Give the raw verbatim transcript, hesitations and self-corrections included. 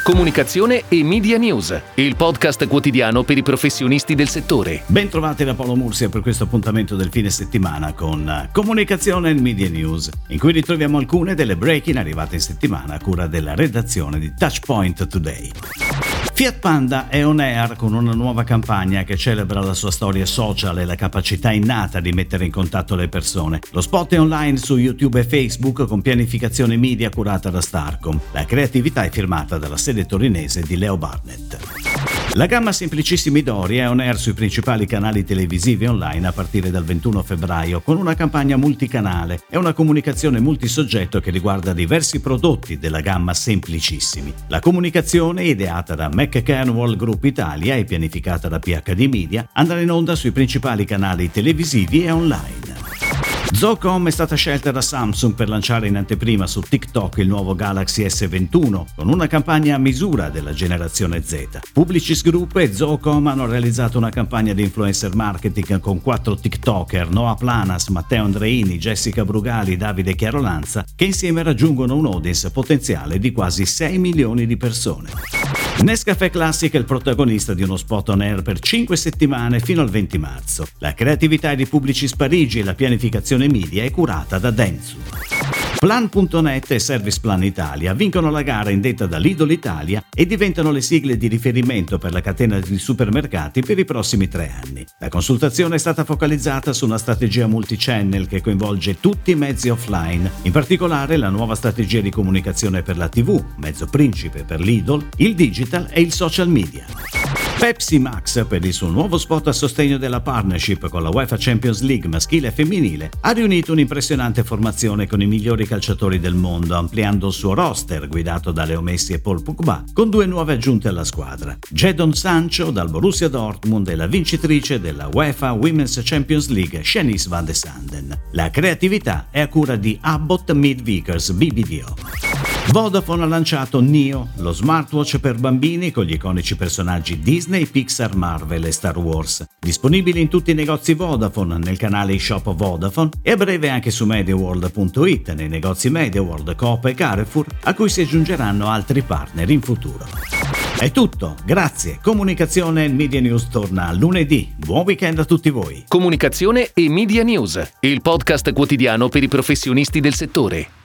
Comunicazione e Media News, il podcast quotidiano per i professionisti del settore. Ben trovati da Paolo Mursia per questo appuntamento del fine settimana con Comunicazione e Media News, in cui ritroviamo alcune delle breaking arrivate in settimana a cura della redazione di Touchpoint Today. Fiat Panda è on air con una nuova campagna che celebra la sua storia social e la capacità innata di mettere in contatto le persone. Lo spot è online su YouTube e Facebook con pianificazione media curata da Starcom. La creatività è firmata dalla sede torinese di Leo Barnett. La gamma Semplicissimi Dori è on air sui principali canali televisivi online a partire dal ventuno febbraio con una campagna multicanale e una comunicazione multisoggetto che riguarda diversi prodotti della gamma Semplicissimi. La comunicazione, ideata da McCann World Group Italia e pianificata da P H D Media, andrà in onda sui principali canali televisivi e online. Zocom è stata scelta da Samsung per lanciare in anteprima su TikTok il nuovo Galaxy S ventuno con una campagna a misura della generazione Z. Publicis Group e Zocom hanno realizzato una campagna di influencer marketing con quattro TikToker, Noah Planas, Matteo Andreini, Jessica Brugali, Davide Chiarolanza, che insieme raggiungono un audience potenziale di quasi sei milioni di persone. Nescafè Classic è il protagonista di uno spot on air per cinque settimane fino al venti marzo. La creatività è di Publicis Parigi e la pianificazione media è curata da Dentsu. Plan punto net e Service Plan Italia vincono la gara indetta da Lidl Italia e diventano le sigle di riferimento per la catena di supermercati per i prossimi tre anni. La consultazione è stata focalizzata su una strategia multichannel che coinvolge tutti i mezzi offline, in particolare la nuova strategia di comunicazione per la tivù, mezzo principe per Lidl, il digital e il social media. Pepsi Max, per il suo nuovo spot a sostegno della partnership con la UEFA Champions League maschile e femminile, ha riunito un'impressionante formazione con i migliori calciatori del mondo, ampliando il suo roster guidato da Leo Messi e Paul Pogba, con due nuove aggiunte alla squadra: Jadon Sancho dal Borussia Dortmund e la vincitrice della UEFA Women's Champions League, Shanice van de Sanden. La creatività è a cura di Abbott Mid Vickers B B D O. Vodafone ha lanciato Neo, lo smartwatch per bambini con gli iconici personaggi Disney, Pixar, Marvel e Star Wars. Disponibile in tutti i negozi Vodafone, nel canale eShop Vodafone e a breve anche su MediaWorld punto it, nei negozi MediaWorld, Coop e Carrefour, a cui si aggiungeranno altri partner in futuro. È tutto, grazie. Comunicazione e Media News torna lunedì. Buon weekend a tutti voi. Comunicazione e Media News, il podcast quotidiano per i professionisti del settore.